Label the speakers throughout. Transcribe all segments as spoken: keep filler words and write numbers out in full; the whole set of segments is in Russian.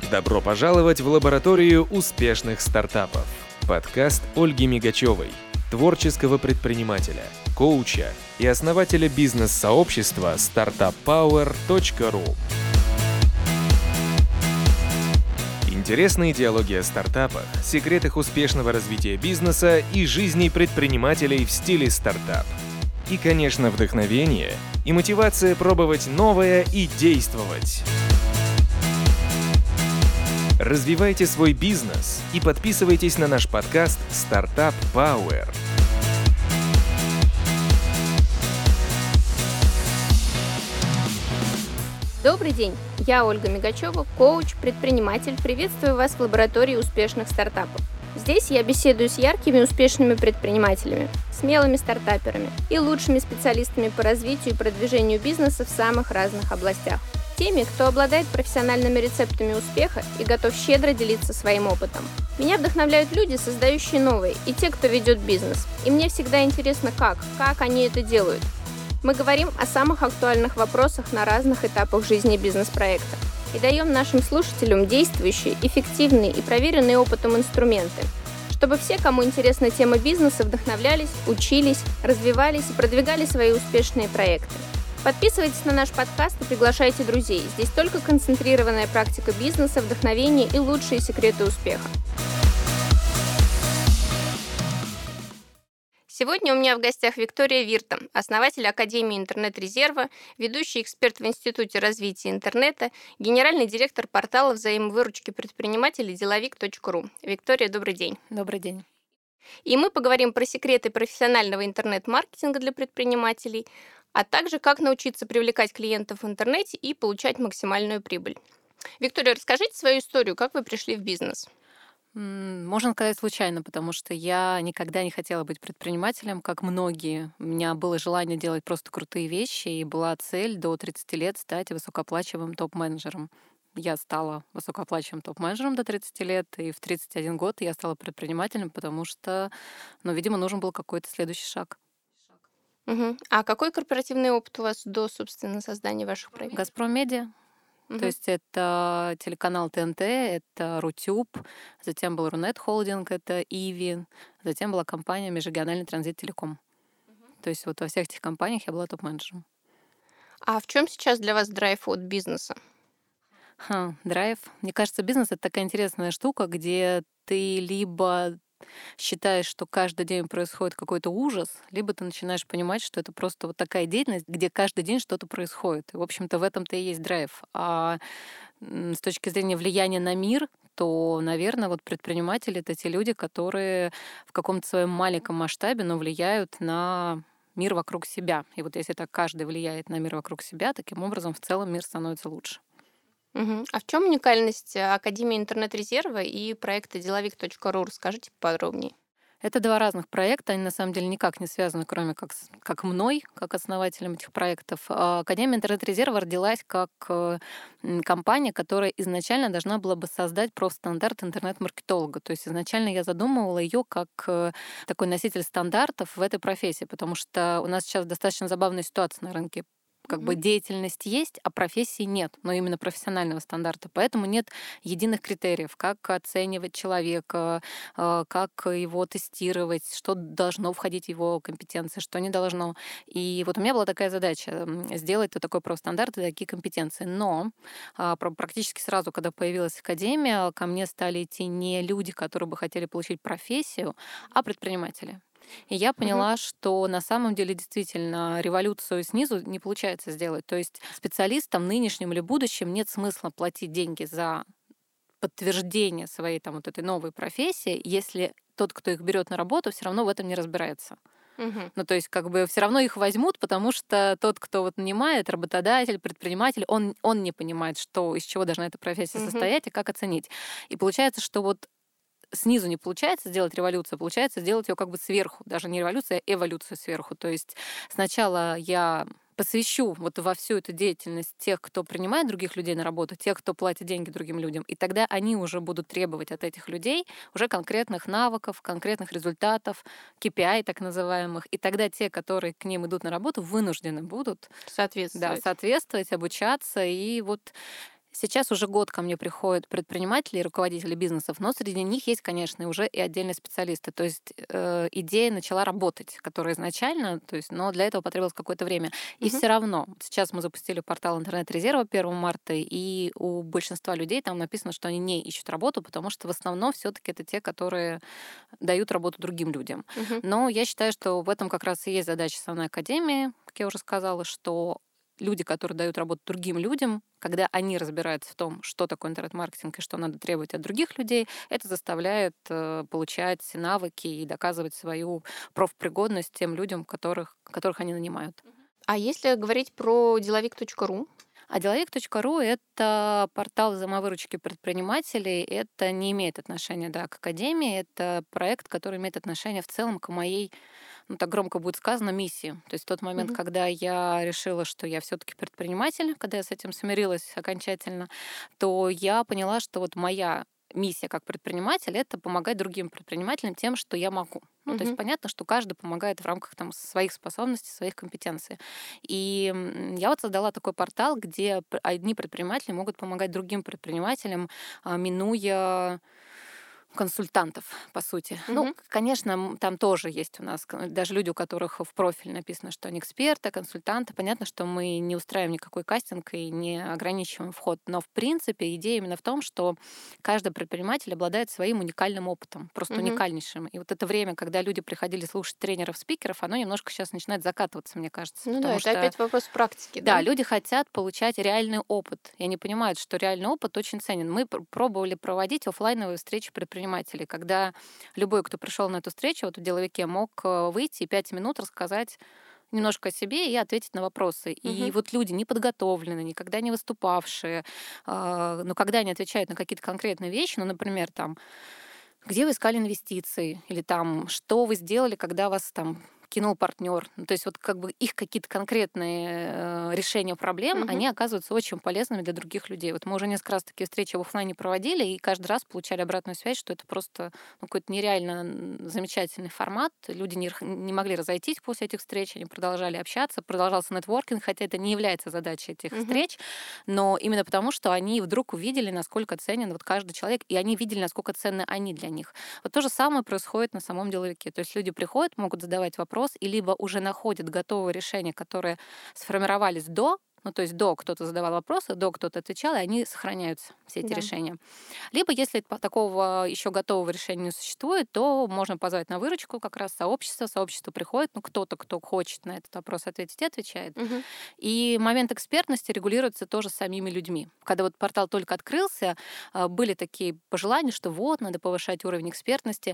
Speaker 1: Добро пожаловать в лабораторию успешных стартапов. Подкаст Ольги Мигачевой, творческого предпринимателя, коуча и основателя бизнес-сообщества стартап пауэр точка ру. Интересные диалоги о стартапах, секретах успешного развития бизнеса и жизни предпринимателей в стиле стартап. И, конечно, вдохновение и мотивация пробовать новое и действовать. Развивайте свой бизнес и подписывайтесь на наш подкаст «Стартап Пауэр».
Speaker 2: Добрый день, я Ольга Мигачева, коуч, предприниматель. Приветствую вас в лаборатории успешных стартапов. Здесь я беседую с яркими успешными предпринимателями, смелыми стартаперами и лучшими специалистами по развитию и продвижению бизнеса в самых разных областях. Теми, кто обладает профессиональными рецептами успеха и готов щедро делиться своим опытом. Меня вдохновляют люди, создающие новые, и те, кто ведет бизнес. И мне всегда интересно, как, как они это делают. Мы говорим о самых актуальных вопросах на разных этапах жизни бизнес-проекта и даем нашим слушателям действующие, эффективные и проверенные опытом инструменты, чтобы все, кому интересна тема бизнеса, вдохновлялись, учились, развивались и продвигали свои успешные проекты. Подписывайтесь на наш подкаст и приглашайте друзей. Здесь только концентрированная практика бизнеса, вдохновение и лучшие секреты успеха. Сегодня у меня в гостях Виктория Вирта, основатель Академии интернет-резерва, ведущий эксперт в Институте развития интернета, генеральный директор портала взаимовыручки предпринимателей деловик точка ру. Виктория, добрый день.
Speaker 3: Добрый день.
Speaker 2: И мы поговорим про секреты профессионального интернет-маркетинга для предпринимателей, а также как научиться привлекать клиентов в интернете и получать максимальную прибыль. Виктория, расскажите свою историю, как вы пришли в бизнес?
Speaker 3: Можно сказать случайно, потому что я никогда не хотела быть предпринимателем, как многие. У меня было желание делать просто крутые вещи, и была цель до тридцати лет стать высокооплачиваемым топ-менеджером. Я стала высокооплачиваемым топ-менеджером до тридцати лет, и в тридцать один год я стала предпринимателем, потому что, ну, видимо, нужен был какой-то следующий шаг.
Speaker 2: Угу. А какой корпоративный опыт у вас до, собственно, создания ваших проектов?
Speaker 3: «Газпром Медиа».
Speaker 2: Угу.
Speaker 3: То есть это телеканал тэ эн тэ, это Рутюб, затем был Рунет Холдинг, это Иви, затем была компания Межрегиональный транзит Телеком. Угу. То есть вот во всех этих компаниях я была топ-менеджером.
Speaker 2: А в чем сейчас для вас драйв от бизнеса?
Speaker 3: Ха, драйв. Мне кажется, бизнес — это такая интересная штука, где ты либо считаешь, что каждый день происходит какой-то ужас, либо ты начинаешь понимать, что это просто вот такая деятельность, где каждый день что-то происходит. И, в общем-то, в этом-то и есть драйв. А с точки зрения влияния на мир, то, наверное, вот предприниматели — это те люди, которые в каком-то своем маленьком масштабе, но влияют на мир вокруг себя. И вот если так каждый влияет на мир вокруг себя, таким образом в целом мир становится лучше.
Speaker 2: Угу. А в чем уникальность Академии интернет-резерва и проекта деловик точка ру? Расскажите подробнее.
Speaker 3: Это два разных проекта, они на самом деле никак не связаны, кроме как, как мной, как основателем этих проектов. Академия интернет-резерва родилась как компания, которая изначально должна была бы создать профстандарт интернет-маркетолога. То есть изначально я задумывала ее как такой носитель стандартов в этой профессии, потому что у нас сейчас достаточно забавная ситуация на рынке. Как mm-hmm. бы деятельность есть, а профессии нет, но именно профессионального стандарта. Поэтому нет единых критериев, как оценивать человека, как его тестировать, что должно входить в его компетенции, что не должно. И вот у меня была такая задача — сделать вот такой профстандарт и такие компетенции. Но практически сразу, когда появилась академия, ко мне стали идти не люди, которые бы хотели получить профессию, а предприниматели. И я поняла, uh-huh. что на самом деле действительно революцию снизу не получается сделать. То есть специалистам, нынешним или будущим, нет смысла платить деньги за подтверждение своей там, вот этой новой профессии, если тот, кто их берет на работу, все равно в этом не разбирается. Uh-huh. Ну, то есть, как бы все равно их возьмут, потому что тот, кто вот нанимает, работодатель, предприниматель, он, он не понимает, что, из чего должна эта профессия uh-huh. состоять и как оценить. И получается, что вот снизу не получается сделать революцию, получается сделать ее как бы сверху. Даже не революцию, а эволюцию сверху. То есть сначала я посвящу вот во всю эту деятельность тех, кто принимает других людей на работу, тех, кто платит деньги другим людям, и тогда они уже будут требовать от этих людей уже конкретных навыков, конкретных результатов, кей пи ай так называемых, и тогда те, которые к ним идут на работу, вынуждены будут
Speaker 2: соответствовать,
Speaker 3: да, соответствовать, обучаться, и вот Сейчас уже год ко мне приходят предприниматели и руководители бизнесов, но среди них есть, конечно, уже и отдельные специалисты. То есть э, идея начала работать, которая изначально, то есть, но для этого потребовалось какое-то время. И
Speaker 2: Мгм.
Speaker 3: все равно сейчас мы запустили портал интернет-резерва первого марта, и у большинства людей там написано, что они не ищут работу, потому что в основном все-таки это те, которые дают работу другим людям.
Speaker 2: Мгм.
Speaker 3: Но я считаю, что в этом как раз и есть задача самой академии, как я уже сказала, что люди, которые дают работу другим людям, когда они разбираются в том, что такое интернет-маркетинг и что надо требовать от других людей, это заставляет э, получать навыки и доказывать свою профпригодность тем людям, которых, которых они нанимают.
Speaker 2: А если говорить про деловик точка ру?
Speaker 3: А деловик точка ру — это портал взаимовыручки предпринимателей. Это не имеет отношения, да, к академии. Это проект, который имеет отношение в целом к моей, ну так громко будет сказано, миссии. То есть в тот момент,
Speaker 2: Мгм.
Speaker 3: когда я решила, что я все-таки предприниматель, когда я с этим смирилась окончательно, то я поняла, что вот моя миссия как предприниматель — это помогать другим предпринимателям тем, что я могу. Ну, то есть
Speaker 2: Мгм.
Speaker 3: понятно, что каждый помогает в рамках там, своих способностей, своих компетенций. И м, я вот создала такой портал, где п- одни предприниматели могут помогать другим предпринимателям, а, минуя консультантов, по сути. Ну,
Speaker 2: Мгм.
Speaker 3: конечно, м, там тоже есть у нас к- даже люди, у которых в профиль написано, что они эксперты, консультанты. Понятно, что мы не устраиваем никакой кастинг и не ограничиваем вход. Но, в принципе, идея именно в том, что каждый предприниматель обладает своим уникальным опытом, просто
Speaker 2: Мгм.
Speaker 3: уникальнейшим. И вот это время, когда люди приходили слушать тренеров, спикеров, оно немножко сейчас начинает закатываться, мне кажется.
Speaker 2: Ну да,
Speaker 3: Потому
Speaker 2: это
Speaker 3: что
Speaker 2: опять вопрос практики,
Speaker 3: да,
Speaker 2: да?
Speaker 3: люди хотят получать реальный опыт. И они понимают, что реальный опыт очень ценен. Мы пр- пробовали проводить оффлайновые встречи предпринимателей, когда любой, кто пришел на эту встречу, вот в деловике, мог э, выйти и пять минут рассказать немножко о себе и ответить на вопросы. И
Speaker 2: Мгм.
Speaker 3: вот люди неподготовленные, никогда не выступавшие, а, но когда они отвечают на какие-то конкретные вещи, ну, например, там, где вы искали инвестиции, или там, что вы сделали, когда вас там кинул партнер. Ну, то есть вот как бы их какие-то конкретные э, решения проблем,
Speaker 2: Мгм.
Speaker 3: они оказываются очень полезными для других людей. Вот мы уже несколько раз такие встречи в оффлайне проводили, и каждый раз получали обратную связь, что это просто ну, какой-то нереально м, замечательный формат. Люди не, рх- не могли разойтись после этих встреч, они продолжали общаться, продолжался нетворкинг, хотя это не является задачей этих
Speaker 2: Мгм.
Speaker 3: встреч, но именно потому, что они вдруг увидели, насколько ценен вот каждый человек, и они видели, насколько ценны они для них. Вот то же самое происходит на самом деловике. То есть люди приходят, могут задавать вопрос, и либо уже находят готовые решения, которые сформировались до, ну, то есть до кто-то задавал вопросы, до кто-то отвечал, и они сохраняются, все эти
Speaker 2: Да.
Speaker 3: решения. Либо, если по- такого еще готового решения не существует, то можно позвать на выручку как раз сообщество. Сообщество приходит, ну, кто-то, кто хочет на этот вопрос ответить, отвечает.
Speaker 2: Мгм.
Speaker 3: И момент экспертности регулируется тоже самими людьми. Когда вот портал только открылся, а, были такие пожелания, что вот, надо повышать уровень экспертности.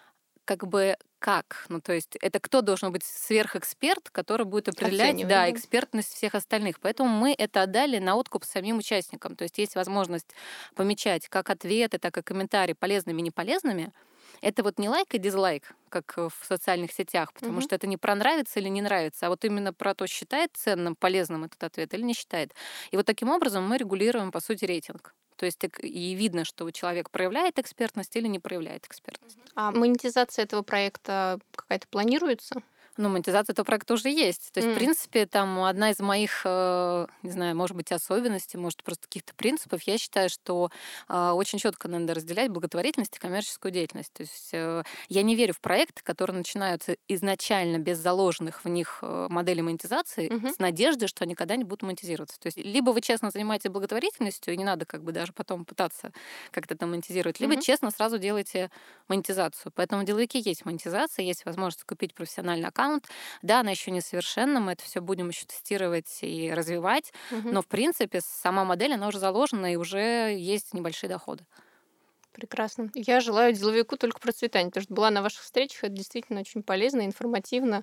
Speaker 3: Как бы как? Ну, то есть это кто должен быть сверхэксперт, который будет определять,
Speaker 2: Оценивать,
Speaker 3: да,
Speaker 2: да.
Speaker 3: экспертность всех остальных. Поэтому мы это отдали на откуп самим участникам. То есть есть возможность помечать как ответы, так и комментарии полезными и неполезными. Это вот не лайк и дизлайк, как э, в социальных сетях, потому
Speaker 2: Мгм.
Speaker 3: что это не про нравится или не нравится, а вот именно про то, считает ценным, полезным этот ответ или не считает. И вот таким образом мы регулируем, по сути, рейтинг. То есть так и видно, что человек проявляет экспертность или не проявляет экспертность.
Speaker 2: А монетизация этого проекта какая-то планируется?
Speaker 3: Ну, монетизация этого проекта уже есть. То есть, в
Speaker 2: М.
Speaker 3: принципе, там одна из моих, э, не знаю, может быть, особенностей, может, просто каких-то принципов, я считаю, что а, очень четко надо разделять благотворительность и коммерческую деятельность. То есть э, я не верю в проекты, которые начинаются изначально без заложенных в них э, моделей монетизации
Speaker 2: Мгм.
Speaker 3: с надеждой, что они когда-нибудь будут монетизироваться. То есть либо вы честно занимаетесь благотворительностью, и не надо как бы даже потом пытаться как-то это монетизировать, либо
Speaker 2: Мгм.
Speaker 3: честно сразу делаете монетизацию. Поэтому в деловике есть монетизация, есть возможность купить профессиональный аккаунт. Да, она еще несовершенна, мы это все будем еще тестировать и развивать,
Speaker 2: Мгм.
Speaker 3: но в принципе сама модель, она уже заложена, и уже есть небольшие доходы.
Speaker 2: Прекрасно. Я желаю деловику только процветания, потому что была на ваших встречах, это действительно очень полезно, информативно,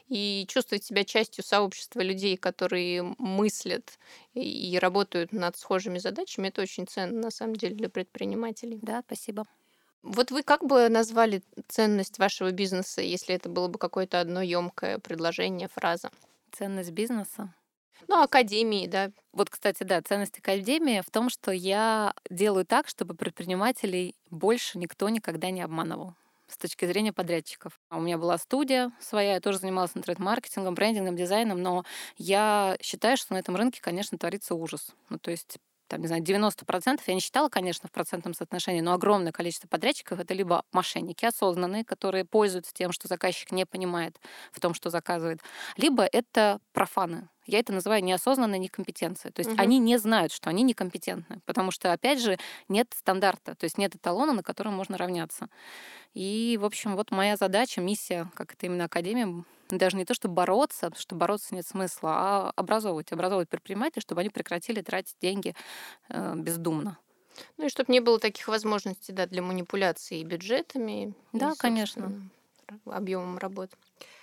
Speaker 2: и чувствовать себя частью сообщества людей, которые мыслят и работают над схожими задачами, это очень ценно, на самом деле, для предпринимателей.
Speaker 3: Да, спасибо.
Speaker 2: Вот вы как бы назвали ценность вашего бизнеса, если это было бы какое-то одно емкое предложение, фраза?
Speaker 3: Ценность бизнеса.
Speaker 2: Ну, академии, да.
Speaker 3: Вот, кстати, да, ценность академии в том, что я делаю так, чтобы предпринимателей больше никто никогда не обманывал с точки зрения подрядчиков. А У меня была студия своя, я тоже занималась интернет-маркетингом, брендингом, дизайном, но я считаю, что на этом рынке, конечно, творится ужас. Ну, то есть там, не знаю, девяносто процентов, я не считала, конечно, в процентном соотношении, но огромное количество подрядчиков — это либо мошенники осознанные, которые пользуются тем, что заказчик не понимает в том, что заказывает, либо это профаны. Я это называю неосознанной некомпетенцией. То есть
Speaker 2: Мгм.
Speaker 3: они не знают, что они некомпетентны, потому что, опять же, нет стандарта, то есть нет эталона, на котором можно равняться. И, в общем, вот моя задача, миссия, как это именно Академия, даже не то, чтобы бороться, потому что бороться нет смысла, а образовывать, образовывать предпринимателей, чтобы они прекратили тратить деньги э, бездумно.
Speaker 2: Ну и чтобы не было таких возможностей, да, для манипуляции и бюджетами, и,
Speaker 3: Да, конечно.
Speaker 2: собственно, р- объемом работы.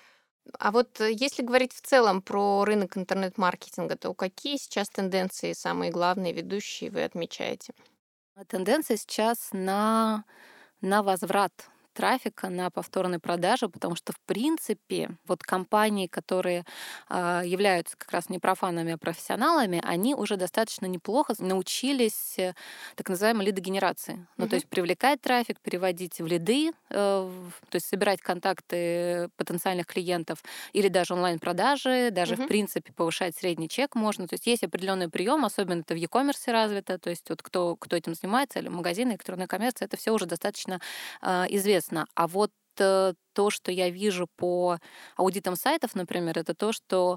Speaker 2: А вот э, если говорить в целом про рынок интернет-маркетинга, то какие сейчас тенденции самые главные, ведущие вы отмечаете?
Speaker 3: А Тенденция сейчас на, на возврат трафика, на повторные продажи, потому что, в принципе, вот компании, которые а, являются как раз не профанами, а профессионалами, они уже достаточно неплохо научились э, так называемой лидогенерации. Ну, то
Speaker 2: Мгм.
Speaker 3: есть привлекать трафик, переводить в лиды, э, в- то есть собирать контакты потенциальных клиентов или даже онлайн-продажи, даже, в
Speaker 2: Мгм.
Speaker 3: принципе, повышать средний чек можно. То есть есть определенный прием, особенно это в e-commerce развито, то есть вот кто, кто этим занимается, или магазины, электронная коммерция, это все уже достаточно а, известно. А вот э, то, что я вижу по аудитам сайтов, например, это то, что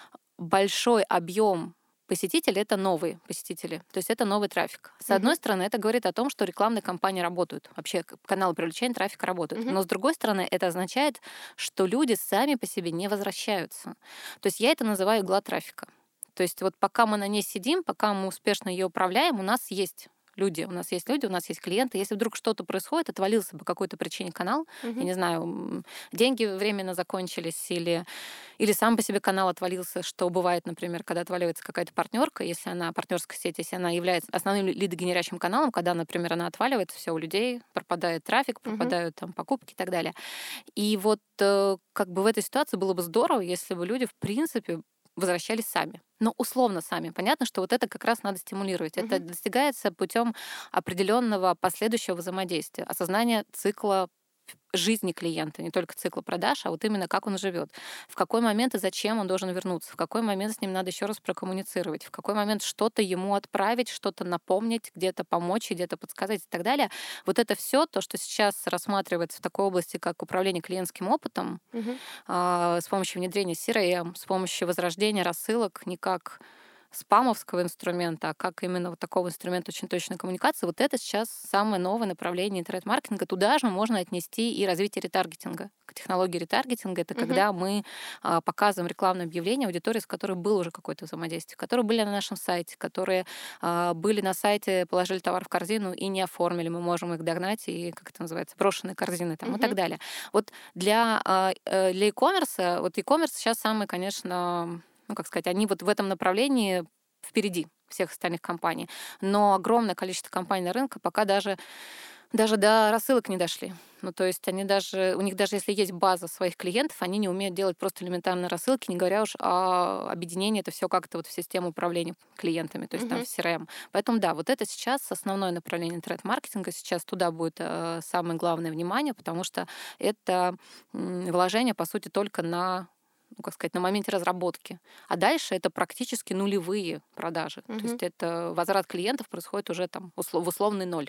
Speaker 3: большой объем посетителей — это новые посетители, то есть это новый трафик. С одной
Speaker 2: Мгм.
Speaker 3: стороны, это говорит о том, что рекламные кампании работают, вообще к- каналы привлечения трафика работают.
Speaker 2: Мгм.
Speaker 3: Но с другой стороны, это означает, что люди сами по себе не возвращаются. То есть я это называю игла трафика. То есть вот пока мы на ней сидим, пока мы успешно ее управляем, у нас есть люди, у нас есть люди, у нас есть клиенты. Если вдруг что-то происходит, отвалился по какой-то причине канал, я
Speaker 2: Мгм.
Speaker 3: не знаю, м, деньги временно закончились или или сам по себе канал отвалился, что бывает, например, когда отваливается какая-то партнерка, если она партнерская сеть, если она является основным ли- лидогенерящим каналом, когда, например, она отваливается, все у людей пропадает трафик,
Speaker 2: Мгм.
Speaker 3: пропадают там покупки и так далее. И вот э, как бы в этой ситуации было бы здорово, если бы люди, в принципе, возвращались сами. Но условно сами. Понятно, что вот это как раз надо стимулировать. Это
Speaker 2: Мгм.
Speaker 3: достигается путем определенного последующего взаимодействия, осознания цикла жизни клиента, не только цикла продаж, а вот именно как он живет, в какой момент и зачем он должен вернуться, в какой момент с ним надо еще раз прокоммуницировать, в какой момент что-то ему отправить, что-то напомнить, где-то помочь, где-то подсказать и так далее. Вот это все то, что сейчас рассматривается в такой области, как управление клиентским опытом,
Speaker 2: Мгм.
Speaker 3: а, с помощью внедрения си ар эм, с помощью возрождения рассылок не как спамовского инструмента, а как именно вот такого инструмента очень точной коммуникации, вот это сейчас самое новое направление интернет-маркетинга. Туда же можно отнести и развитие ретаргетинга. К технологии ретаргетинга — это
Speaker 2: Мгм.
Speaker 3: когда мы а, показываем рекламное объявление аудитории, с которой было уже какое-то взаимодействие, которые были на нашем сайте, которые а, были на сайте, положили товар в корзину и не оформили. Мы можем их догнать и, как это называется, брошенные корзины там, и так
Speaker 2: Мгм.
Speaker 3: далее. Вот для, а, э, для e-commerce, вот e-commerce сейчас самый, конечно, ну, как сказать, они вот в этом направлении впереди всех остальных компаний. Но огромное количество компаний на рынке пока даже, даже до рассылок не дошли. Ну, то есть они даже, у них даже если есть база своих клиентов, они не умеют делать просто элементарные рассылки, не говоря уж о объединении это все как-то вот в систему управления клиентами, то есть там
Speaker 2: Мгм.
Speaker 3: в си ар эм. Поэтому да, вот это сейчас основное направление интернет-маркетинга. Сейчас туда будет э, самое главное внимание, потому что это м, вложение, по сути, только на ну, как сказать, на моменте разработки. А дальше это практически нулевые продажи. То
Speaker 2: Мгм.
Speaker 3: есть это возврат клиентов происходит уже там услов- в условный ноль.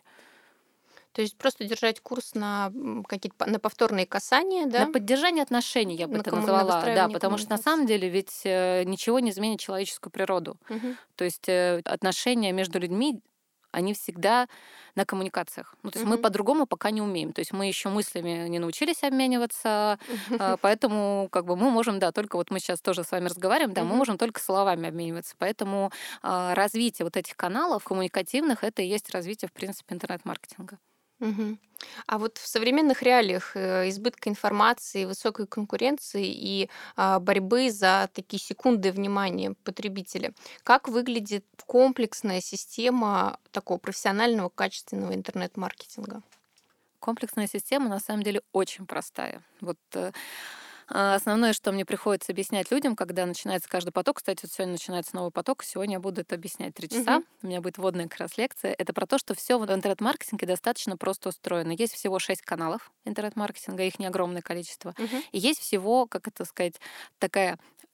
Speaker 2: То есть просто держать курс на м, какие-то по- на повторные касания,
Speaker 3: На
Speaker 2: да,
Speaker 3: поддержание отношений я бы
Speaker 2: на,
Speaker 3: это
Speaker 2: комму- на
Speaker 3: назвала, да,
Speaker 2: выстраивание
Speaker 3: потому что на
Speaker 2: коммуникации.
Speaker 3: самом деле ведь э, ничего не изменит человеческую природу.
Speaker 2: Мгм.
Speaker 3: То есть э, отношения между людьми, они всегда на коммуникациях. Ну, то есть мы
Speaker 2: Мгм.
Speaker 3: по-другому пока не умеем. То есть мы еще мыслями не научились обмениваться, а, поэтому как бы мы можем, да, только вот мы сейчас тоже с вами разговариваем, да, мы
Speaker 2: Мгм.
Speaker 3: можем только словами обмениваться. Поэтому а, развитие вот этих каналов коммуникативных — это и есть развитие, в принципе, интернет-маркетинга.
Speaker 2: Мгм. А вот в современных реалиях э, избытка информации, высокой конкуренции и а, борьбы за такие секунды внимания потребителя, как выглядит комплексная система такого профессионального, качественного интернет-маркетинга?
Speaker 3: Комплексная система на самом деле очень простая. Вот э, а, основное, что мне приходится объяснять людям, когда начинается каждый поток, кстати, вот сегодня начинается новый поток, сегодня я буду это объяснять три часа,
Speaker 2: Мгм.
Speaker 3: у меня будет вводная как раз лекция, это про то, что все в интернет-маркетинге достаточно просто устроено. Есть всего шесть каналов интернет-маркетинга, их не огромное количество,
Speaker 2: Мгм.
Speaker 3: и есть всего, как это сказать, такая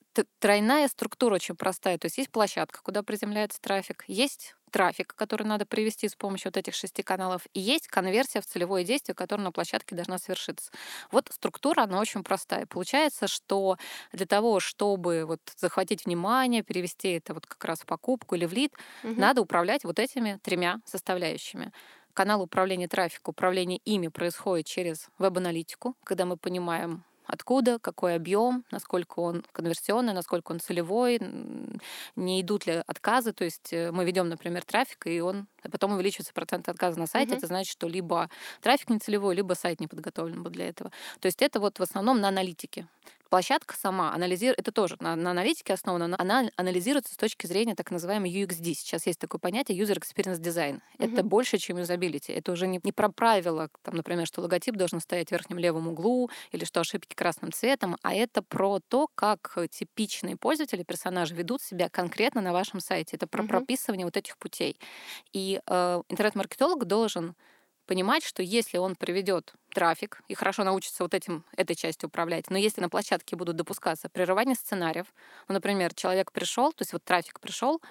Speaker 3: т- тройная структура очень простая. То есть есть площадка, куда приземляется трафик, есть трафик, который надо привести с помощью вот этих шести каналов, и есть конверсия в целевое действие, которое на площадке должна совершиться. Вот структура, она очень простая. Получается, что для того, чтобы вот захватить внимание, перевести это вот как раз в покупку или в лид,
Speaker 2: Мгм.
Speaker 3: надо управлять вот этими тремя составляющими. Канал управления трафиком, управление ими происходит через веб-аналитику, когда мы понимаем, откуда, какой объем, насколько он конверсионный, насколько он целевой, н- не идут ли отказы. То есть э, мы ведем, например, трафик, и он потом увеличивается процент отказа на сайте.
Speaker 2: Мгм.
Speaker 3: Это значит, что либо трафик не целевой, либо сайт не подготовлен был для этого. То есть это вот в основном на аналитике. Площадка сама анализирует, это тоже на, на аналитике основано, но она анализируется с точки зрения так называемой ю экс ди. Сейчас есть такое понятие User Experience Design. Это
Speaker 2: Мгм.
Speaker 3: больше, чем юзабилити. Это уже не, не про правила, там, например, что логотип должен стоять в верхнем левом углу или что ошибки красным цветом, а это про то, как типичные пользователи, персонажи ведут себя конкретно на вашем сайте. Это про
Speaker 2: Мгм.
Speaker 3: прописывание вот этих путей. И э, интернет-маркетолог должен понимать, что если он приведет трафик и хорошо научится вот этим, этой частью управлять, но если на площадке будут допускаться прерывания сценариев, ну, например, человек пришел, то есть вот трафик пришел,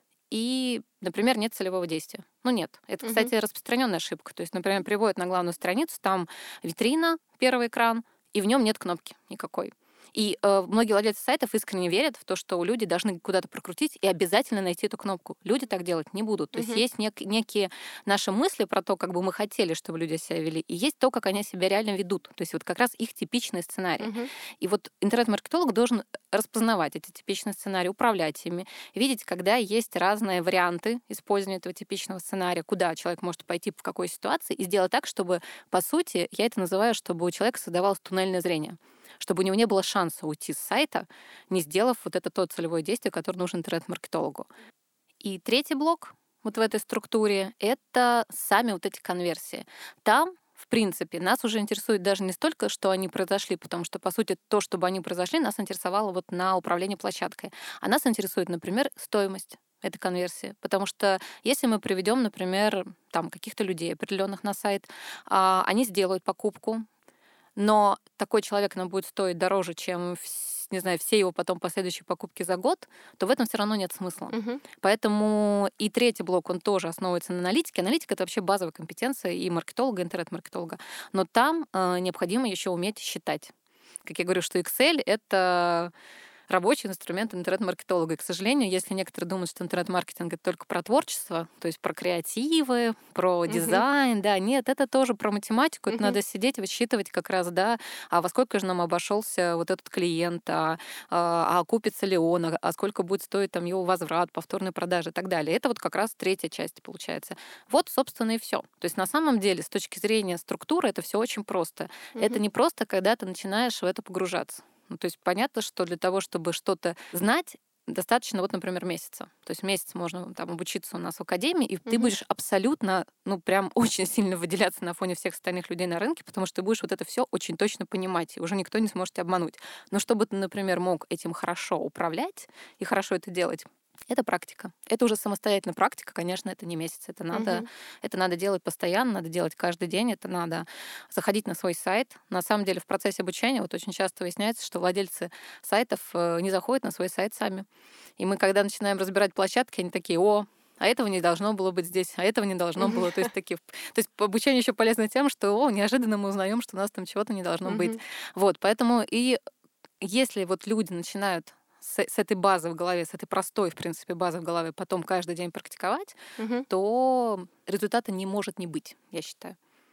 Speaker 3: и, например, нет целевого действия. Ну, нет. Это,
Speaker 2: Мгм.
Speaker 3: кстати, распространенная ошибка. То есть, например, приводят на главную страницу, там витрина, первый экран, и в нем нет кнопки никакой. И э, многие владельцы сайтов искренне верят в то, что люди должны куда-то прокрутить и обязательно найти эту кнопку. Люди так делать не будут. То есть
Speaker 2: Мгм.
Speaker 3: есть нек- некие наши мысли про то, как бы мы хотели, чтобы люди себя вели, и есть то, как они себя реально ведут. То есть вот как раз их типичные сценарии.
Speaker 2: Мгм.
Speaker 3: И вот интернет-маркетолог должен распознавать эти типичные сценарии, управлять ими, видеть, когда есть разные варианты использования этого типичного сценария, куда человек может пойти, в какой ситуации, и сделать так, чтобы, по сути, я это называю, чтобы у человека создавалось туннельное зрение, чтобы у него не было шанса уйти с сайта, не сделав вот это то целевое действие, которое нужно интернет-маркетологу. И третий блок вот в этой структуре — это сами вот эти конверсии. Там, в принципе, нас уже интересует даже не столько, что они произошли, потому что, по сути, то, чтобы они произошли, нас интересовало вот на управлении площадкой. А нас интересует, например, стоимость этой конверсии. Потому что если мы приведем, например, там каких-то людей определенных на сайт, а, они сделают покупку, но такой человек нам будет стоить дороже, чем, вс- не знаю, все его потом последующие покупки за год, то в этом все равно нет смысла.
Speaker 2: Мгм.
Speaker 3: Поэтому и третий блок, он тоже основывается на аналитике. Аналитика — это вообще базовая компетенция и маркетолога, и интернет-маркетолога. Но там э, необходимо еще уметь считать. Как я говорю, что Excel — это рабочий инструмент интернет-маркетолога. И, к сожалению, если некоторые думают, что интернет-маркетинг — это только про творчество, то есть про креативы, про
Speaker 2: Мгм.
Speaker 3: дизайн, да, нет, это тоже про математику, это
Speaker 2: Мгм.
Speaker 3: надо сидеть, высчитывать как раз, да, а во сколько же нам обошелся вот этот клиент, а, а, а окупится ли он, а, а сколько будет стоить там его возврат, повторной продажи и так далее. Это вот как раз третья часть получается. Вот, собственно, и все. То есть на самом деле, с точки зрения структуры, это все очень просто. Это
Speaker 2: Мгм.
Speaker 3: не просто, когда ты начинаешь в это погружаться. Ну, то есть понятно, что для того, чтобы что-то знать, достаточно, вот, например, месяца. То есть месяц можно там обучиться у нас в академии, и ты
Speaker 2: Мгм.
Speaker 3: будешь абсолютно, ну, прям очень сильно выделяться на фоне всех остальных людей на рынке, потому что ты будешь вот это все очень точно понимать, и уже никто не сможет тебя обмануть. Но чтобы ты, например, мог этим хорошо управлять и хорошо это делать, это практика. Это уже самостоятельная практика, конечно, это не месяц. Это надо,
Speaker 2: Мгм.
Speaker 3: это надо делать постоянно, надо делать каждый день, это надо заходить на свой сайт. На самом деле в процессе обучения вот очень часто выясняется, что владельцы сайтов э, не заходят на свой сайт сами. И мы, когда начинаем разбирать площадки, они такие: о, а этого не должно было быть здесь, а этого не должно было. То есть такие, то есть обучение еще полезно тем, что о, неожиданно мы узнаем, что у нас там чего-то не должно быть.
Speaker 2: Мгм.
Speaker 3: Вот, поэтому и если вот люди начинают с, с этой базы в голове, с этой простой, в принципе, базы в голове потом каждый день практиковать,
Speaker 2: Мгм.
Speaker 3: то результата не может не быть, я считаю.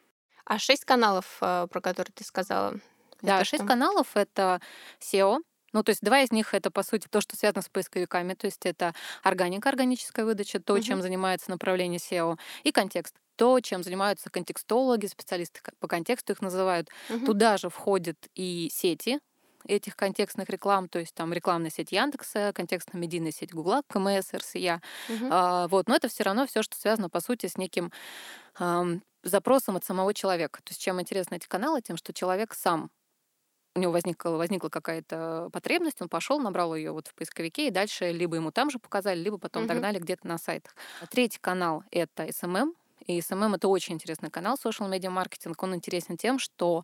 Speaker 2: А шесть каналов, э, про которые ты сказала,
Speaker 3: Да,
Speaker 2: это
Speaker 3: шесть
Speaker 2: что?
Speaker 3: каналов — это сео. Ну, то есть два из них — это, по сути, то, что связано с поисковиками. То есть это органика, органическая выдача, то, чем
Speaker 2: Мгм.
Speaker 3: занимается направление сео, и контекст. То, чем занимаются контекстологи, специалисты к- по контексту их называют.
Speaker 2: Мгм.
Speaker 3: Туда же входят и сети этих контекстных реклам, то есть там рекламная сеть Яндекса, контекстно-медийная сеть Гугла, КМС, РСЯ.
Speaker 2: Мгм.
Speaker 3: А, вот. Но это все равно все, что связано, по сути, с неким ам, запросом от самого человека. То есть чем интересны эти каналы? Тем, что человек сам, у него возникла, возникла какая-то потребность, он пошел, набрал ее вот в поисковике, и дальше либо ему там же показали, либо потом
Speaker 2: Мгм.
Speaker 3: догнали где-то на сайтах. А третий канал — это эс эм эм. И эс эм эм — это очень интересный канал, social media marketing. Он интересен тем, что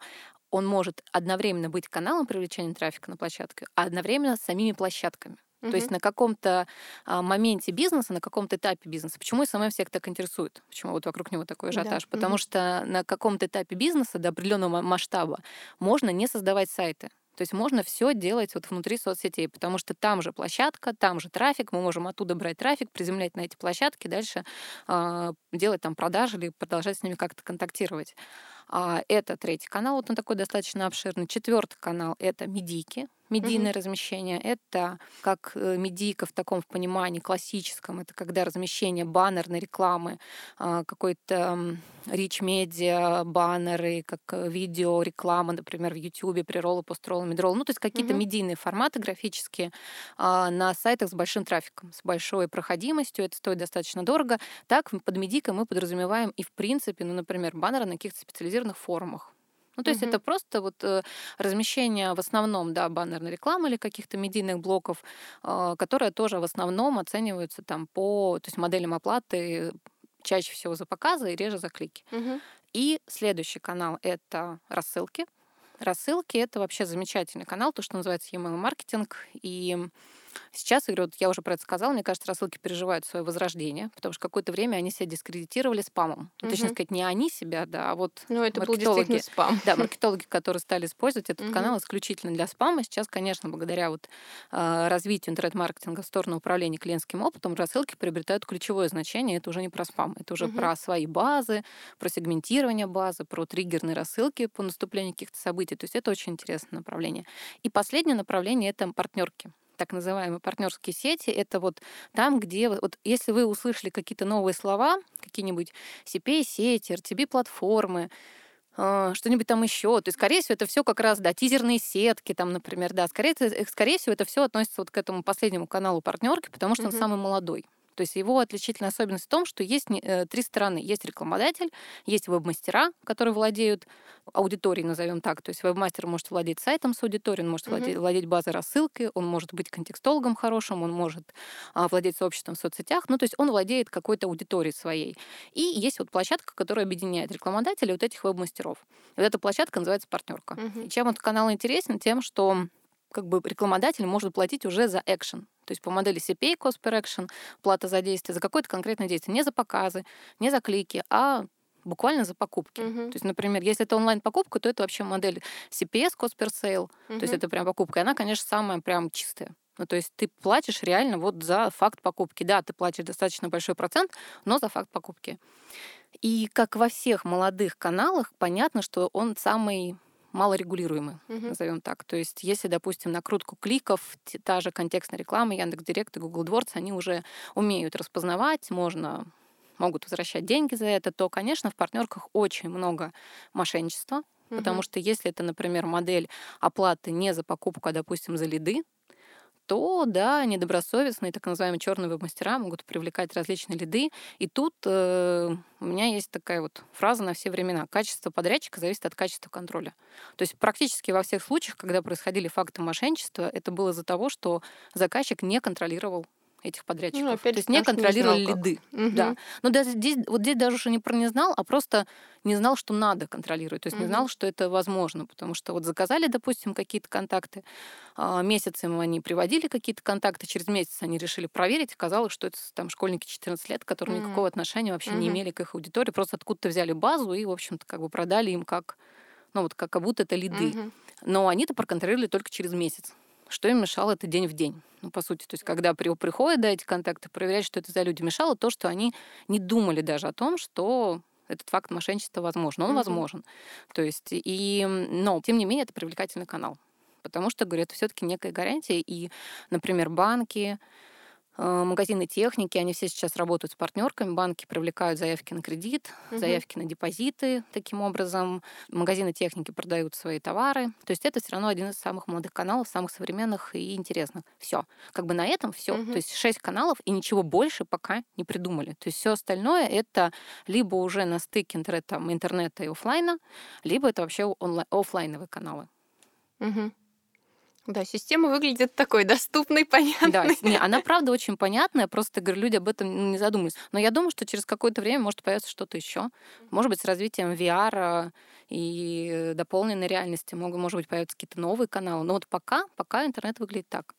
Speaker 3: он может одновременно быть каналом привлечения трафика на площадке, а одновременно с самими площадками.
Speaker 2: Мгм.
Speaker 3: То есть на каком-то а, моменте бизнеса, на каком-то этапе бизнеса. Почему эс эм эм всех так интересует? Почему вот вокруг него такой
Speaker 2: Да.
Speaker 3: ажиотаж? Потому
Speaker 2: Мгм.
Speaker 3: что на каком-то этапе бизнеса до определенного масштаба можно не создавать сайты. То есть можно все делать вот внутри соцсетей, потому что там же площадка, там же трафик, мы можем оттуда брать трафик, приземлять на эти площадки, дальше а, делать там продажи или продолжать с ними как-то контактировать. А, это третий канал, вот он такой достаточно обширный. Четвертый канал — это медийки, медийное
Speaker 2: Мгм.
Speaker 3: размещение. Это как э, медийка в таком в понимании классическом. Это когда размещение баннерной рекламы, а, какой-то рич-медиа, баннеры, как э, видео, реклама, например, в Ютубе, прероллы, построллы, мидроллы. Ну, то есть какие-то
Speaker 2: Мгм.
Speaker 3: медийные форматы графические а, на сайтах с большим трафиком, с большой проходимостью. Это стоит достаточно дорого. Так, под медийкой мы подразумеваем и, в принципе, ну, например, баннеры на каких-то специализированных форумах. Ну, то есть это
Speaker 2: Мгм.
Speaker 3: просто вот э, размещение в основном, да, баннерной рекламы или каких-то медийных блоков, э, которые тоже в основном оцениваются там по, то есть моделям оплаты чаще всего за показы и реже за клики.
Speaker 2: Мгм.
Speaker 3: И следующий канал — это рассылки. Рассылки — это вообще замечательный канал, то, что называется e-mail-маркетинг. И сейчас, я говорю, вот я уже про это сказала, мне кажется, рассылки переживают свое возрождение, потому что какое-то время они себя дискредитировали спамом. Ну, точнее
Speaker 2: Мгм.
Speaker 3: сказать, не они себя, да, а вот
Speaker 2: Ну, это был действительно
Speaker 3: маркетологи.
Speaker 2: спам.
Speaker 3: Да, маркетологи, которые стали использовать этот
Speaker 2: Мгм.
Speaker 3: канал исключительно для спама. Сейчас, конечно, благодаря вот а, развитию интернет-маркетинга в сторону управления клиентским опытом, рассылки приобретают ключевое значение. Это уже не про спам, это уже
Speaker 2: Мгм.
Speaker 3: про свои базы, про сегментирование базы, про триггерные рассылки по наступлению каких-то событий. То есть это очень интересное направление. И последнее направление — это партнерки, так называемые партнерские сети. Это вот там, где вот, вот если вы услышали какие-то новые слова, какие-нибудь си пи эй-сети, эр ти би-платформы, а, что-нибудь там еще, то есть, скорее всего, это все как раз, да, тизерные сетки, там, например, да, скорее, э, скорее всего, это все относится вот к этому последнему каналу партнерки, потому что он
Speaker 2: Мгм.
Speaker 3: самый молодой. То есть его отличительная особенность в том, что есть не- э, три стороны. Есть рекламодатель, есть веб-мастера, которые владеют аудиторией, назовем так. То есть веб-мастер может владеть сайтом с аудиторией, он может
Speaker 2: Мгм.
Speaker 3: владеть, владеть базой рассылки, он может быть контекстологом хорошим, он может а, владеть сообществом в соцсетях. Ну, то есть он владеет какой-то аудиторией своей. И есть вот площадка, которая объединяет рекламодателей вот этих веб-мастеров. И вот эта площадка называется партнерка.
Speaker 2: Мгм.
Speaker 3: И чем этот канал интересен? Тем, что как бы рекламодатель может платить уже за экшен. То есть по модели си пи эй, cost per action, плата за действие, за какое-то конкретное действие. Не за показы, не за клики, а буквально за покупки.
Speaker 2: Мгм.
Speaker 3: То есть, например, если это онлайн-покупка, то это вообще модель си пи эс, cost per sale. То есть
Speaker 2: Мгм.
Speaker 3: это прям покупка. И она, конечно, самая прям чистая. Ну, то есть ты платишь реально вот за факт покупки. Да, ты платишь достаточно большой процент, но за факт покупки. И как во всех молодых каналах, понятно, что он самый малорегулируемый,
Speaker 2: Мгм.
Speaker 3: назовем так. То есть, если, допустим, накрутку кликов, те- та же контекстная реклама, Яндекс.Директ и Google AdWords, они уже умеют распознавать, можно могут возвращать деньги за это, то, конечно, в партнерках очень много мошенничества, потому
Speaker 2: Мгм.
Speaker 3: что если это, например, модель оплаты не за покупку, а, допустим, за лиды, то, да, недобросовестные, так называемые черные веб-мастера могут привлекать различные лиды. И тут э, у меня есть такая вот фраза на все времена. Качество подрядчика зависит от качества контроля. То есть практически во всех случаях, когда происходили факты мошенничества, это было из-за того, что заказчик не контролировал этих подрядчиков.
Speaker 2: Ну, опять
Speaker 3: То
Speaker 2: же,
Speaker 3: есть не
Speaker 2: потому что не знал,
Speaker 3: контролировали
Speaker 2: как.
Speaker 3: лиды. Да.
Speaker 2: Мгм.
Speaker 3: Но даже здесь, вот здесь даже уже не про не знал, а просто не знал, что надо контролировать. То есть не
Speaker 2: Мгм.
Speaker 3: знал, что это возможно. Потому что вот заказали, допустим, какие-то контакты, а, месяцем они приводили какие-то контакты, через месяц они решили проверить, оказалось, что это там школьники четырнадцать лет, которые
Speaker 2: М.
Speaker 3: никакого отношения вообще не
Speaker 2: Мгм.
Speaker 3: имели к их аудитории, просто откуда-то взяли базу и, в общем-то, как бы продали им как, ну вот как, как будто это лиды.
Speaker 2: Мгм.
Speaker 3: Но они-то проконтролировали только через месяц. Что им мешало, это день в день. Ну, по сути, то есть, когда при, приходят, да, эти контакты, проверять, что это за люди, мешало то, что они не думали даже о том, что этот факт мошенничества возможен. Он
Speaker 2: Мгм.
Speaker 3: возможен. То есть, и, но, тем не менее, это привлекательный канал. Потому что, говорю, это все-таки некая гарантия. И, например, банки, э, магазины техники, они все сейчас работают с партнерками. Банки привлекают заявки на кредит,
Speaker 2: Мгм.
Speaker 3: заявки на депозиты таким образом. Магазины техники продают свои товары. То есть это все равно один из самых молодых каналов, самых современных и интересных. Все. Как бы на этом все.
Speaker 2: Мгм.
Speaker 3: То есть шесть каналов и ничего больше пока не придумали. То есть все остальное это либо уже на стыке интернета, интернета и оффлайна, либо это вообще онлайн, оффлайновые каналы.
Speaker 2: Мгм. Да, система выглядит такой доступной, понятной.
Speaker 3: Да, не, она правда очень понятная, просто, говорю, люди об этом ну, не задумываются. Но я думаю, что через какое-то время может появиться что-то еще. Может быть, с развитием ви ар и дополненной реальности могут, может быть, появятся какие-то новые каналы. Но вот пока, пока интернет выглядит так.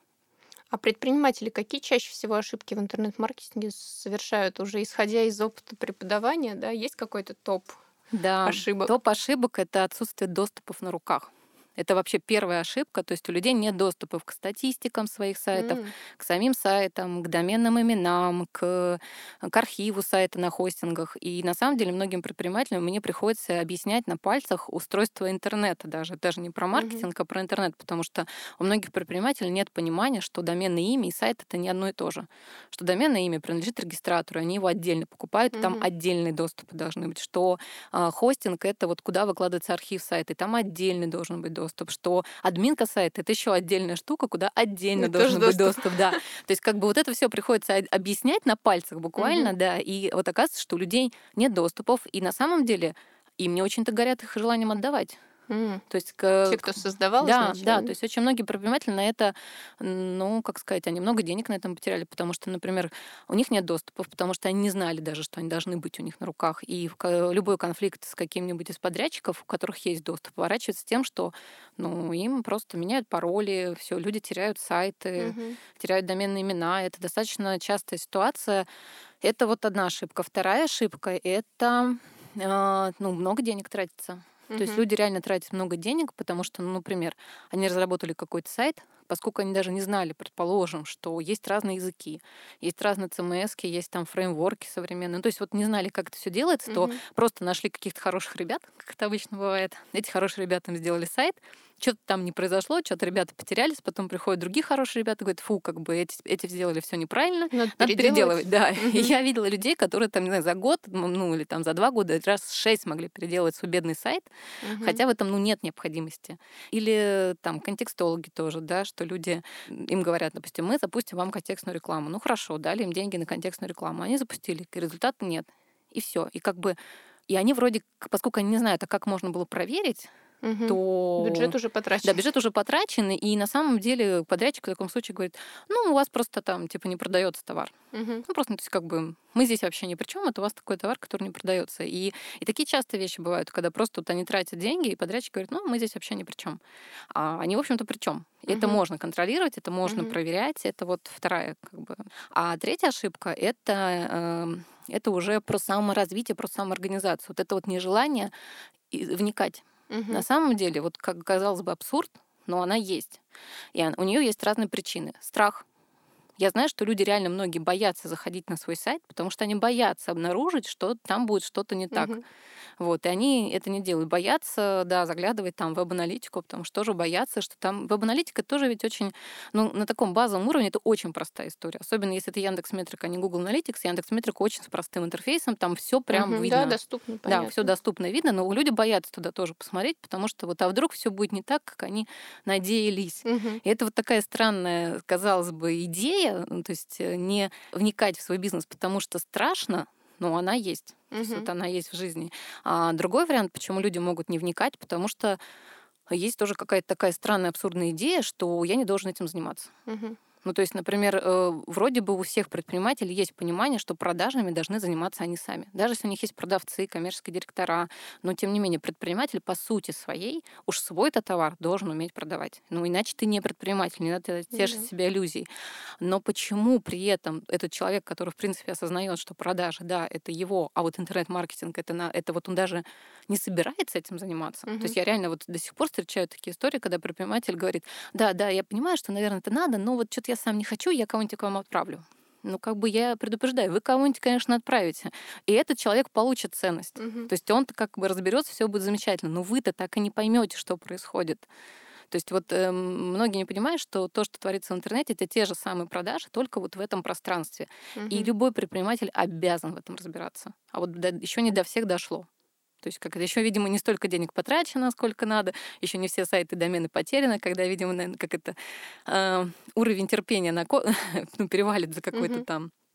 Speaker 2: А предприниматели какие чаще всего ошибки в интернет-маркетинге совершают, уже исходя из опыта преподавания, да? Есть какой-то топ
Speaker 3: Да,
Speaker 2: ошибок?
Speaker 3: топ ошибок — это отсутствие доступов на руках. Это вообще первая ошибка, то есть у людей нет доступов к статистикам своих сайтов,
Speaker 2: М.
Speaker 3: к самим сайтам, к доменным именам, к, к архиву сайта на хостингах. И на самом деле многим предпринимателям мне приходится объяснять на пальцах устройство интернета даже, даже не про
Speaker 2: Мгм.
Speaker 3: маркетинг, а про интернет, потому что у многих предпринимателей нет понимания, что доменное имя и сайт — это не одно и то же. Что доменное имя принадлежит регистратору, они его отдельно покупают, и там
Speaker 2: Мгм.
Speaker 3: отдельные доступы должны быть. Что а, хостинг — это вот куда выкладывается архив сайта, и там отдельный должен быть доступ. Что админка сайта — это еще отдельная штука, куда отдельно
Speaker 2: И
Speaker 3: должен
Speaker 2: тоже
Speaker 3: быть
Speaker 2: доступ.
Speaker 3: доступ. Да. То есть как бы вот это все приходится об- объяснять на пальцах буквально,
Speaker 2: Мгм.
Speaker 3: да, и вот оказывается, что у людей нет доступов, и на самом деле им не очень-то горят их желанием отдавать.
Speaker 2: М.
Speaker 3: То есть к-
Speaker 2: Те, кто создавал
Speaker 3: да, да,
Speaker 2: изначально.
Speaker 3: то есть очень многие предприниматели на это, ну, как сказать, они много денег на этом потеряли, потому что, например, у них нет доступов, потому что они не знали даже, что они должны быть у них на руках. И в ка- любой конфликт с каким-нибудь из подрядчиков, у которых есть доступ, поворачивается тем, что, ну, им просто меняют пароли, все, люди теряют сайты,
Speaker 2: Мгм.
Speaker 3: теряют доменные имена. Это достаточно частая ситуация. Это вот одна ошибка. Вторая ошибка — это, а, ну, много денег тратится. То есть
Speaker 2: Мгм.
Speaker 3: люди реально тратят много денег, потому что, ну, например, они разработали какой-то сайт, поскольку они даже не знали, предположим, что есть разные языки, есть разные си эм эс, есть там фреймворки современные. Ну, то есть вот не знали, как это все делается, то
Speaker 2: Мгм.
Speaker 3: просто нашли каких-то хороших ребят, как это обычно бывает. Эти хорошие ребята им сделали сайт, что-то там не произошло, что-то ребята потерялись, потом приходят другие хорошие ребята, говорят, фу, как бы эти, эти сделали все неправильно,
Speaker 2: Надо
Speaker 3: надо
Speaker 2: переделывать.
Speaker 3: переделывать, да. И
Speaker 2: Мгм.
Speaker 3: я видела людей, которые там, не знаю, за год, ну ну, или там за два года раз шесть могли переделать свой бедный сайт,
Speaker 2: Мгм.
Speaker 3: хотя в этом, ну, нет необходимости. Или там контекстологи тоже, да, что люди, м, им говорят, допустим, мы запустим вам контекстную рекламу. Ну, хорошо, дали им деньги на контекстную рекламу. Они запустили, и результата нет. И все. И как бы, и они вроде, к- поскольку они не знают, а как можно было проверить,
Speaker 2: Мгм.
Speaker 3: то
Speaker 2: Бюджет уже
Speaker 3: да,
Speaker 2: потрачен.
Speaker 3: бюджет уже потрачен, и на самом деле подрядчик в таком случае говорит, ну, у вас просто там, типа, не продается товар.
Speaker 2: Мгм.
Speaker 3: Ну, просто, ну, то есть, как бы, мы здесь вообще ни при чем, это у вас такой товар, который не продается. И, и такие частые вещи бывают, когда просто вот они тратят деньги, и подрядчик говорит, ну, мы здесь вообще ни при чем. А они, в общем-то, при чем. Это
Speaker 2: Мгм.
Speaker 3: можно контролировать, это можно
Speaker 2: Мгм.
Speaker 3: проверять, это вот вторая, как бы. А третья ошибка — это, эм, это уже про саморазвитие, про самоорганизацию. Вот это вот нежелание и- вникать. На
Speaker 2: Мгм.
Speaker 3: самом деле, вот как казалось бы абсурд, но она есть. И он- у нее есть разные причины. Страх. Я знаю, что люди реально многие боятся заходить на свой сайт, потому что они боятся обнаружить, что там будет что-то не так.
Speaker 2: Мгм.
Speaker 3: Вот, и они это не делают. Боятся, да, заглядывать там в веб-аналитику, потому что тоже боятся, что там веб-аналитика тоже ведь очень, ну, на таком базовом уровне это очень простая история. Особенно если это Яндекс.Метрика, а не Google Analytics. Яндекс.Метрика очень с простым интерфейсом, там все прям
Speaker 2: Мгм. Да,
Speaker 3: видно.
Speaker 2: доступно,
Speaker 3: Да, все
Speaker 2: понятно.
Speaker 3: доступно видно, но люди боятся туда тоже посмотреть, потому что вот а вдруг все будет не так, как они надеялись.
Speaker 2: Мгм.
Speaker 3: И это вот такая странная, казалось бы, идея, ну, то есть э, не вникать в свой бизнес, потому что страшно, но она есть. То есть вот
Speaker 2: Мгм.
Speaker 3: она есть в жизни. А другой вариант, почему люди могут не вникать, потому что есть тоже какая-то такая странная, абсурдная идея, что я не должен этим заниматься.
Speaker 2: Мгм.
Speaker 3: Ну, то есть, например, э, вроде бы у всех предпринимателей есть понимание, что продажами должны заниматься они сами. Даже если у них есть продавцы, коммерческие директора, но тем не менее предприниматель по сути своей уж свой-то товар должен уметь продавать. Ну, иначе ты не предприниматель, не надо
Speaker 2: Ну
Speaker 3: тешить
Speaker 2: да.
Speaker 3: себя иллюзией. Но почему при этом этот человек, который, в принципе, осознает, что продажи, да, это его, а вот интернет-маркетинг, это, на, это вот он даже не собирается этим заниматься. То есть
Speaker 2: Мгм.
Speaker 3: я реально вот до сих пор встречаю такие истории, когда предприниматель говорит, да, да, я понимаю, что, наверное, это надо, но вот что-то я сам не хочу, я кого-нибудь к вам отправлю. Ну, как бы я предупреждаю, вы кого-нибудь, конечно, отправите. И этот человек получит ценность.
Speaker 2: Мгм.
Speaker 3: То есть он-то как бы разберется, все будет замечательно. Но вы-то так и не поймете, что происходит. То есть вот эм, многие не понимают, что то, что творится в интернете, это те же самые продажи, только вот в этом пространстве. И
Speaker 2: Мгм.
Speaker 3: любой предприниматель обязан в этом разбираться. А вот еще не до всех дошло. То есть как это еще, видимо, не столько денег потрачено, сколько надо, еще не все сайты, домены потеряны, когда, видимо, наверное, как это э, уровень терпения на ко- ну, перевалит за какой-то
Speaker 2: Мгм.
Speaker 3: там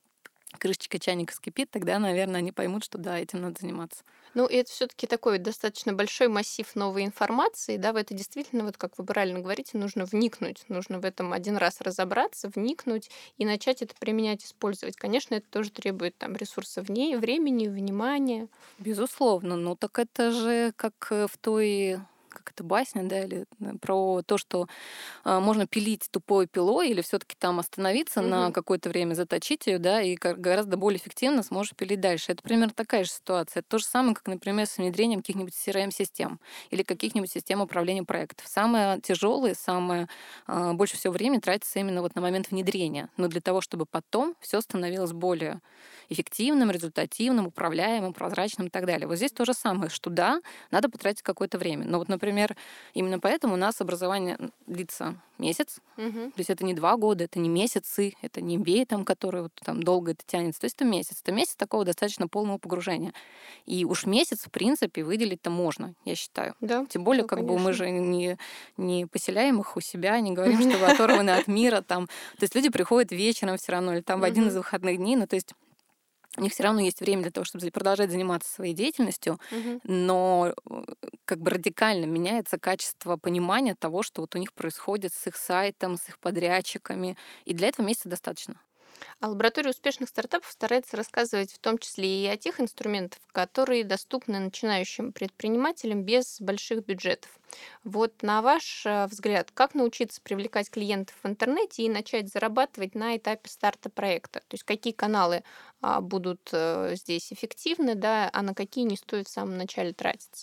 Speaker 3: крышечка чайника скипит, тогда, наверное, они поймут, что да, этим надо заниматься.
Speaker 2: Ну, и это все-таки такой достаточно большой массив новой информации, да, в это действительно, вот как вы правильно говорите, нужно вникнуть, нужно в этом один раз разобраться, вникнуть и начать это применять, использовать. Конечно, это тоже требует там ресурсов вне, времени, внимания.
Speaker 3: Безусловно, ну так это же как э, в той как это басня, да, или э, про то, что а, можно пилить тупой пилой, или все-таки там остановиться на
Speaker 2: Мгм.
Speaker 3: какое-то время, заточить ее, да, и ка- гораздо более эффективно сможешь пилить дальше. Это примерно такая же ситуация. Это то же самое, как, например, с внедрением каких-нибудь си эр эм-систем или каких-нибудь систем управления проектов. Самое тяжелое, самое а, больше всего времени тратится именно вот на момент внедрения. Но для того, чтобы потом все становилось более эффективным, результативным, управляемым, прозрачным и так далее. Вот здесь то же самое, что да, надо потратить какое-то время. Но вот, например, именно поэтому у нас образование длится месяц.
Speaker 2: Мгм.
Speaker 3: То есть это не два года, это не месяцы, это не эм би эй, там, который вот там долго это тянется. То есть это месяц. Это месяц такого достаточно полного погружения. И уж месяц, в принципе, выделить-то можно, я считаю.
Speaker 2: Да,
Speaker 3: Тем более,
Speaker 2: да,
Speaker 3: как бы мы
Speaker 2: конечно.
Speaker 3: же не, не поселяем их у себя, не говорим, что вы оторваны от мира. Там. То есть люди приходят вечером все равно, или там в один из
Speaker 2: Мгм.
Speaker 3: выходных дней. Ну, то есть у них все равно есть время для того, чтобы продолжать заниматься своей деятельностью,
Speaker 2: Мгм.
Speaker 3: но э, как бы радикально меняется качество понимания того, что вот у них происходит с их сайтом, с их подрядчиками. И для этого месяца достаточно.
Speaker 2: А лаборатория успешных стартапов старается рассказывать в том числе и о тех инструментах, которые доступны начинающим предпринимателям без больших бюджетов. Вот на ваш э, взгляд, как научиться привлекать клиентов в интернете и начать зарабатывать на этапе старта проекта? То есть какие каналы а, будут э, здесь эффективны, да, а на какие не стоит в самом начале тратиться?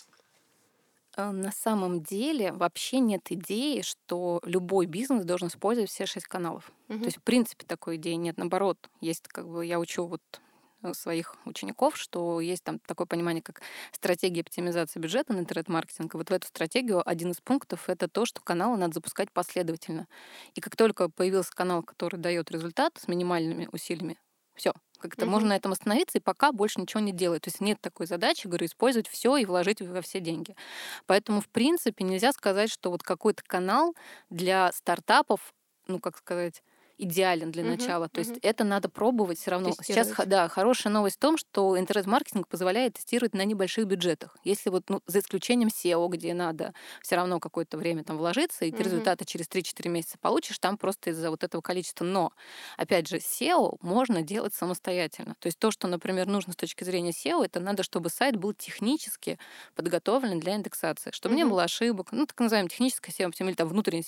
Speaker 3: А На самом деле вообще нет идеи, что любой бизнес должен использовать все шесть каналов. То
Speaker 2: Мгм.
Speaker 3: есть, в принципе, такой идеи нет. Наоборот, есть как бы я учу вот э, своих учеников, что есть там такое понимание, как стратегия оптимизации бюджета на интернет-маркетинг. И вот в эту стратегию один из пунктов — это то, что каналы надо запускать последовательно. И как только появился канал, который дает результат с минимальными усилиями, все, как-то можно
Speaker 2: Мгм.
Speaker 3: на этом остановиться и пока больше ничего не делать. То есть нет такой задачи, говорю, использовать все и вложить во все деньги. Поэтому, в принципе, нельзя сказать, что вот какой-то канал для стартапов, ну, как сказать, идеален для
Speaker 2: Мгм.
Speaker 3: начала. То есть
Speaker 2: Мгм.
Speaker 3: это надо пробовать все равно. Сейчас, ха-
Speaker 2: Тестировать.
Speaker 3: да, хорошая новость в том, что интернет-маркетинг позволяет тестировать на небольших бюджетах. Если вот, ну, за исключением сео, где надо все равно какое-то время там вложиться, и ты
Speaker 2: Мгм.
Speaker 3: результаты через три-четыре месяца получишь, там просто из-за вот этого количества. Но, опять же, сео можно делать самостоятельно. То есть то, что, например, нужно с точки зрения сео, это надо, чтобы сайт был технически подготовлен для индексации, чтобы не
Speaker 2: Мгм.
Speaker 3: было ошибок, ну, так называемая техническая сео-оптимизация, или там внутренняя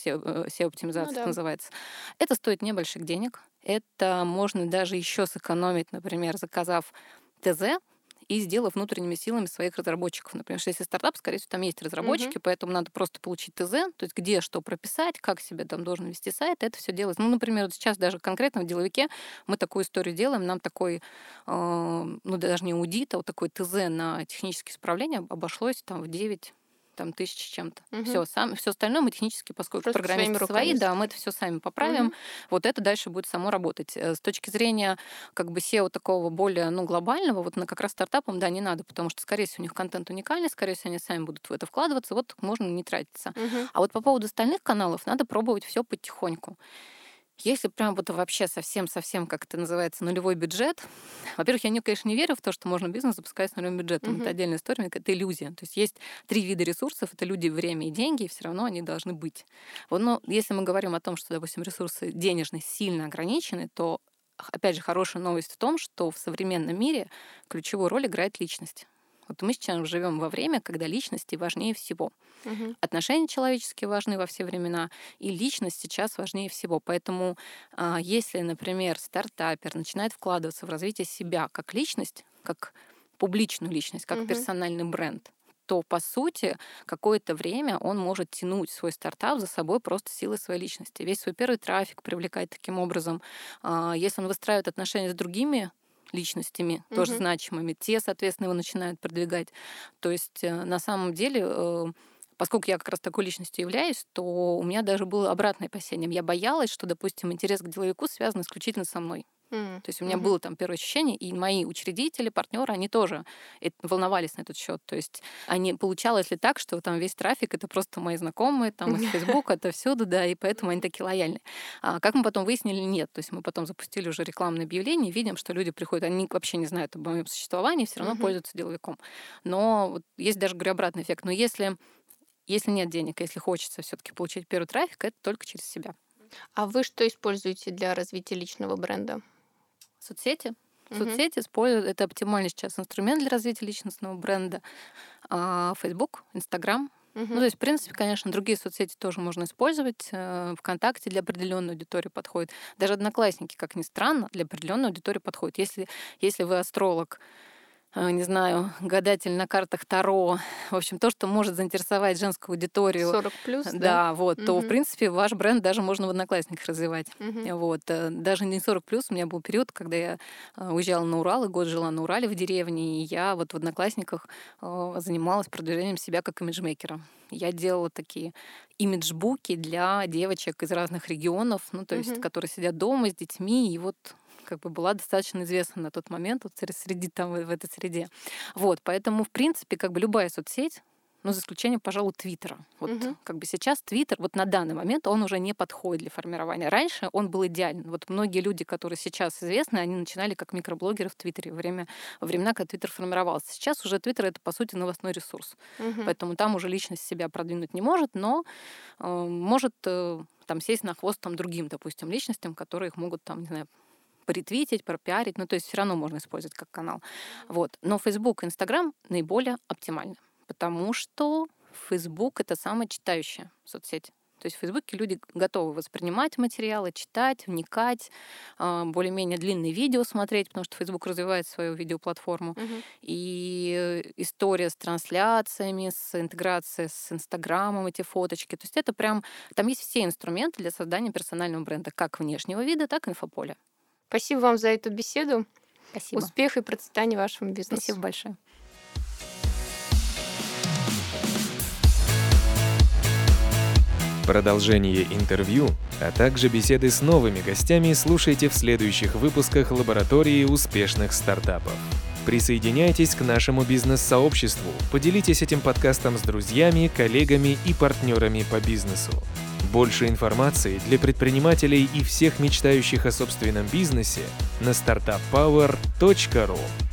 Speaker 2: Ну
Speaker 3: сео-оптимизация, это
Speaker 2: да.
Speaker 3: называется. Это стоит небольших денег. Это можно даже еще сэкономить, например, заказав ТЗ и сделав внутренними силами своих разработчиков. Например, что если стартап, скорее всего, там есть
Speaker 2: Мгм.
Speaker 3: разработчики, поэтому надо просто получить ТЗ, то есть где что прописать, как себе там должен вести сайт, это все делать. Ну, например, вот сейчас даже конкретно в деловике мы такую историю делаем, нам такой, э, ну, даже не аудит, а вот такой ТЗ на технические исправления обошлось там в девять там, тысяч с чем-то.
Speaker 2: Мгм.
Speaker 3: Все, сам, все остальное мы технически, поскольку
Speaker 2: Просто своими
Speaker 3: программисты свои,
Speaker 2: руками
Speaker 3: да, мы
Speaker 2: сделать.
Speaker 3: это все сами поправим.
Speaker 2: Мгм.
Speaker 3: Вот это дальше будет само работать. Э, С точки зрения как бы сео такого более, ну, глобального, вот на как раз стартапам, да, не надо, потому что, скорее всего, у них контент уникальный, скорее всего, они сами будут в это вкладываться, вот можно не тратиться.
Speaker 2: Мгм.
Speaker 3: А вот по поводу остальных каналов надо пробовать все потихоньку. Если прям вот вообще совсем-совсем, как это называется, нулевой бюджет, во-первых, я, не, конечно, не верю в то, что можно бизнес запускать с нулевым бюджетом. Это
Speaker 2: Мгм.
Speaker 3: отдельная история, мне это иллюзия. То есть есть три вида ресурсов, это люди, время и деньги, и все равно они должны быть. Вот, но если мы говорим о том, что, допустим, ресурсы денежные сильно ограничены, то, х- опять же, хорошая новость в том, что в современном мире ключевую роль играет личность. Вот мы сейчас живем во время, когда личности важнее всего.
Speaker 2: Мгм.
Speaker 3: Отношения человеческие важны во все времена, и личность сейчас важнее всего. Поэтому, а, если, например, стартапер начинает вкладываться в развитие себя как личность, как публичную личность, как
Speaker 2: Мгм.
Speaker 3: персональный бренд, то, по сути, какое-то время он может тянуть свой стартап за собой просто силой своей личности. Весь свой первый трафик привлекать таким образом. А, Если он выстраивает отношения с другими личностями, тоже
Speaker 2: Мгм.
Speaker 3: значимыми, те, соответственно, его начинают продвигать. То есть э, на самом деле, э, поскольку я как раз такой личностью являюсь, то у меня даже было обратное опасение. Я боялась, что, допустим, интерес к деловику связан исключительно со мной.
Speaker 2: Mm.
Speaker 3: То есть у меня
Speaker 2: Mm-hmm.
Speaker 3: было там первое ощущение, и мои учредители, партнеры, они тоже волновались на этот счет. То есть они, получалось ли так, что там весь трафик — это просто мои знакомые, там из Facebook, это всюду, да, и поэтому они такие лояльные. А как мы потом выяснили, нет. То есть мы потом запустили уже рекламное объявление, видим, что люди приходят, они вообще не знают об моем существовании, все равно mm-hmm. пользуются деловиком. Но вот есть даже, говорю, обратный эффект. Но если, если нет денег, если хочется все-таки получить первый трафик, это только через себя.
Speaker 2: А вы что используете для развития личного бренда?
Speaker 3: Соцсети.
Speaker 2: Мгм.
Speaker 3: Соцсети используют, это оптимальный сейчас инструмент для развития личностного бренда. А, Facebook, Instagram.
Speaker 2: Мгм.
Speaker 3: Ну, то есть, в принципе, конечно, другие соцсети тоже можно использовать. Э, ВКонтакте для определенной аудитории подходит. Даже Одноклассники, как ни странно, для определенной аудитории подходит. Если, если вы астролог, э, не знаю, гадатель на картах Таро, в общем, то, что может заинтересовать женскую аудиторию,
Speaker 2: сорок плюс, да?
Speaker 3: да, вот, то, в
Speaker 2: Мгм.
Speaker 3: принципе, ваш бренд даже можно в Одноклассниках развивать.
Speaker 2: Мгм.
Speaker 3: Вот. э, Даже не сорок плюс, у меня был период, когда я э, уезжала на Урал, и год жила на Урале в деревне, и я вот в Одноклассниках э, занималась продвижением себя как имиджмейкера. Я делала такие имиджбуки для девочек из разных регионов, ну, то есть,
Speaker 2: Мгм.
Speaker 3: которые сидят дома с детьми, и вот как бы была достаточно известна на тот момент вот сре- среди там в в этой среде. Вот, поэтому, в принципе, как бы любая соцсеть, ну, за исключением, пожалуй, Твиттера. Вот
Speaker 2: Мгм.
Speaker 3: как бы сейчас Твиттер, вот на данный момент, он уже не подходит для формирования. Раньше он был идеален. Вот многие люди, которые сейчас известны, они начинали как микроблогеры в Твиттере во, время, во времена, когда Твиттер формировался. Сейчас уже Твиттер — это, по сути, новостной ресурс.
Speaker 2: Мгм.
Speaker 3: Поэтому там уже личность себя продвинуть не может, но э, может э, там сесть на хвост там другим, допустим, личностям, которые их могут там, не знаю, поретвитить, пропиарить. Ну, то есть все равно можно использовать как канал. Вот. Но Facebook и Instagram наиболее оптимальны, потому что Facebook — это самая читающая соцсеть. То есть в Фейсбуке люди готовы воспринимать материалы, читать, вникать, а, более-менее длинные видео смотреть, потому что Facebook развивает свою видеоплатформу.
Speaker 2: Мгм.
Speaker 3: И э, история с трансляциями, с интеграцией с Инстаграмом, эти фоточки. То есть это прям... Там есть все инструменты для создания персонального бренда, как внешнего вида, так и инфополя.
Speaker 2: Спасибо вам за эту беседу.
Speaker 3: Спасибо.
Speaker 2: Успеха и процветания вашему бизнесу.
Speaker 3: Спасибо большое.
Speaker 1: Продолжение интервью, а также беседы с новыми гостями слушайте в следующих выпусках лаборатории успешных стартапов. Присоединяйтесь к нашему бизнес-сообществу, поделитесь этим подкастом с друзьями, коллегами и партнерами по бизнесу. Больше информации для предпринимателей и всех мечтающих о собственном бизнесе на стартап пауэр точка ру.